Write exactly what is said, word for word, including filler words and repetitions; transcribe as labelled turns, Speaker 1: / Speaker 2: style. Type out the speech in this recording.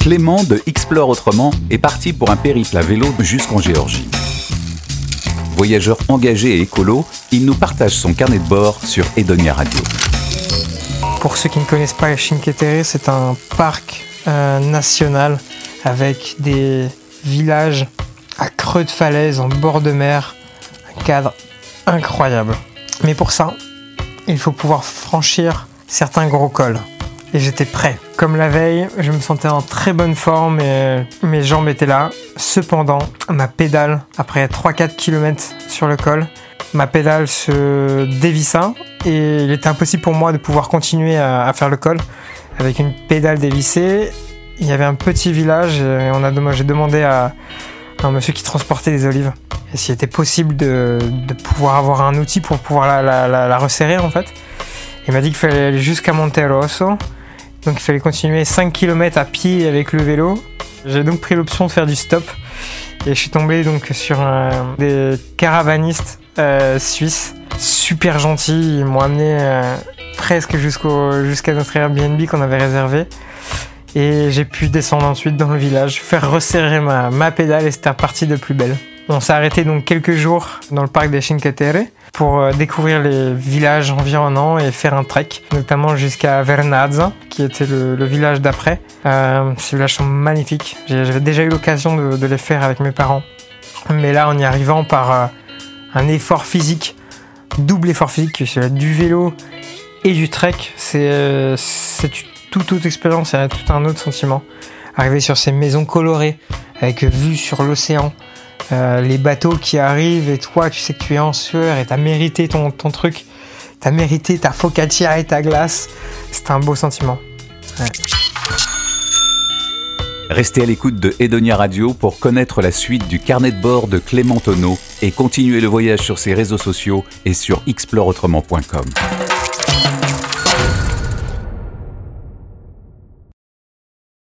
Speaker 1: Clément de Explore Autrement est parti pour un périple à vélo jusqu'en Géorgie. Voyageur engagé et écolo, il nous partage son carnet de bord sur Edonia Radio.
Speaker 2: Pour ceux qui ne connaissent pas Cinque Terre, c'est un parc euh, national avec des villages à creux de falaise, en bord de mer, un cadre incroyable. Mais pour ça, il faut pouvoir franchir certains gros cols. Et j'étais prêt. Comme la veille, je me sentais en très bonne forme et mes jambes étaient là. Cependant, ma pédale, après trois à quatre kilomètres sur le col, ma pédale se dévissa et il était impossible pour moi de pouvoir continuer à, à faire le col avec une pédale dévissée. Il y avait un petit village et on a, j'ai demandé à, à un monsieur qui transportait des olives et s'il était possible de, de pouvoir avoir un outil pour pouvoir la, la, la, la resserrer en fait. Il m'a dit qu'il fallait aller jusqu'à Monterosso. Donc il fallait continuer cinq kilomètres à pied avec le vélo. J'ai donc pris l'option de faire du stop. Et je suis tombé donc sur euh, des caravanistes euh, suisses, super gentils. Ils m'ont amené euh, presque jusqu'au, jusqu'à notre Airbnb qu'on avait réservé. Et j'ai pu descendre ensuite dans le village, faire resserrer ma, ma pédale et c'était reparti de plus belle. On s'est arrêté donc quelques jours dans le parc des Cinque Terre pour euh, découvrir les villages environnants et faire un trek, notamment jusqu'à Vernazza, qui était le, le village d'après. Euh, ces villages sont magnifiques. J'ai, j'avais déjà eu l'occasion de, de les faire avec mes parents. Mais là, en y arrivant par euh, un effort physique, double effort physique, c'est du vélo et du trek, c'est, euh, c'est une toute autre expérience, c'est tout un autre sentiment. Arriver sur ces maisons colorées, avec vue sur l'océan, Euh, les bateaux qui arrivent et toi tu sais que tu es en sueur et t'as mérité ton, ton truc, t'as mérité ta focaccia et ta glace, c'est un beau sentiment. Ouais.
Speaker 1: Restez à l'écoute de Edonia Radio pour connaître la suite du carnet de bord de Clément Tonneau et continuer le voyage sur ses réseaux sociaux et sur explore autrement point com.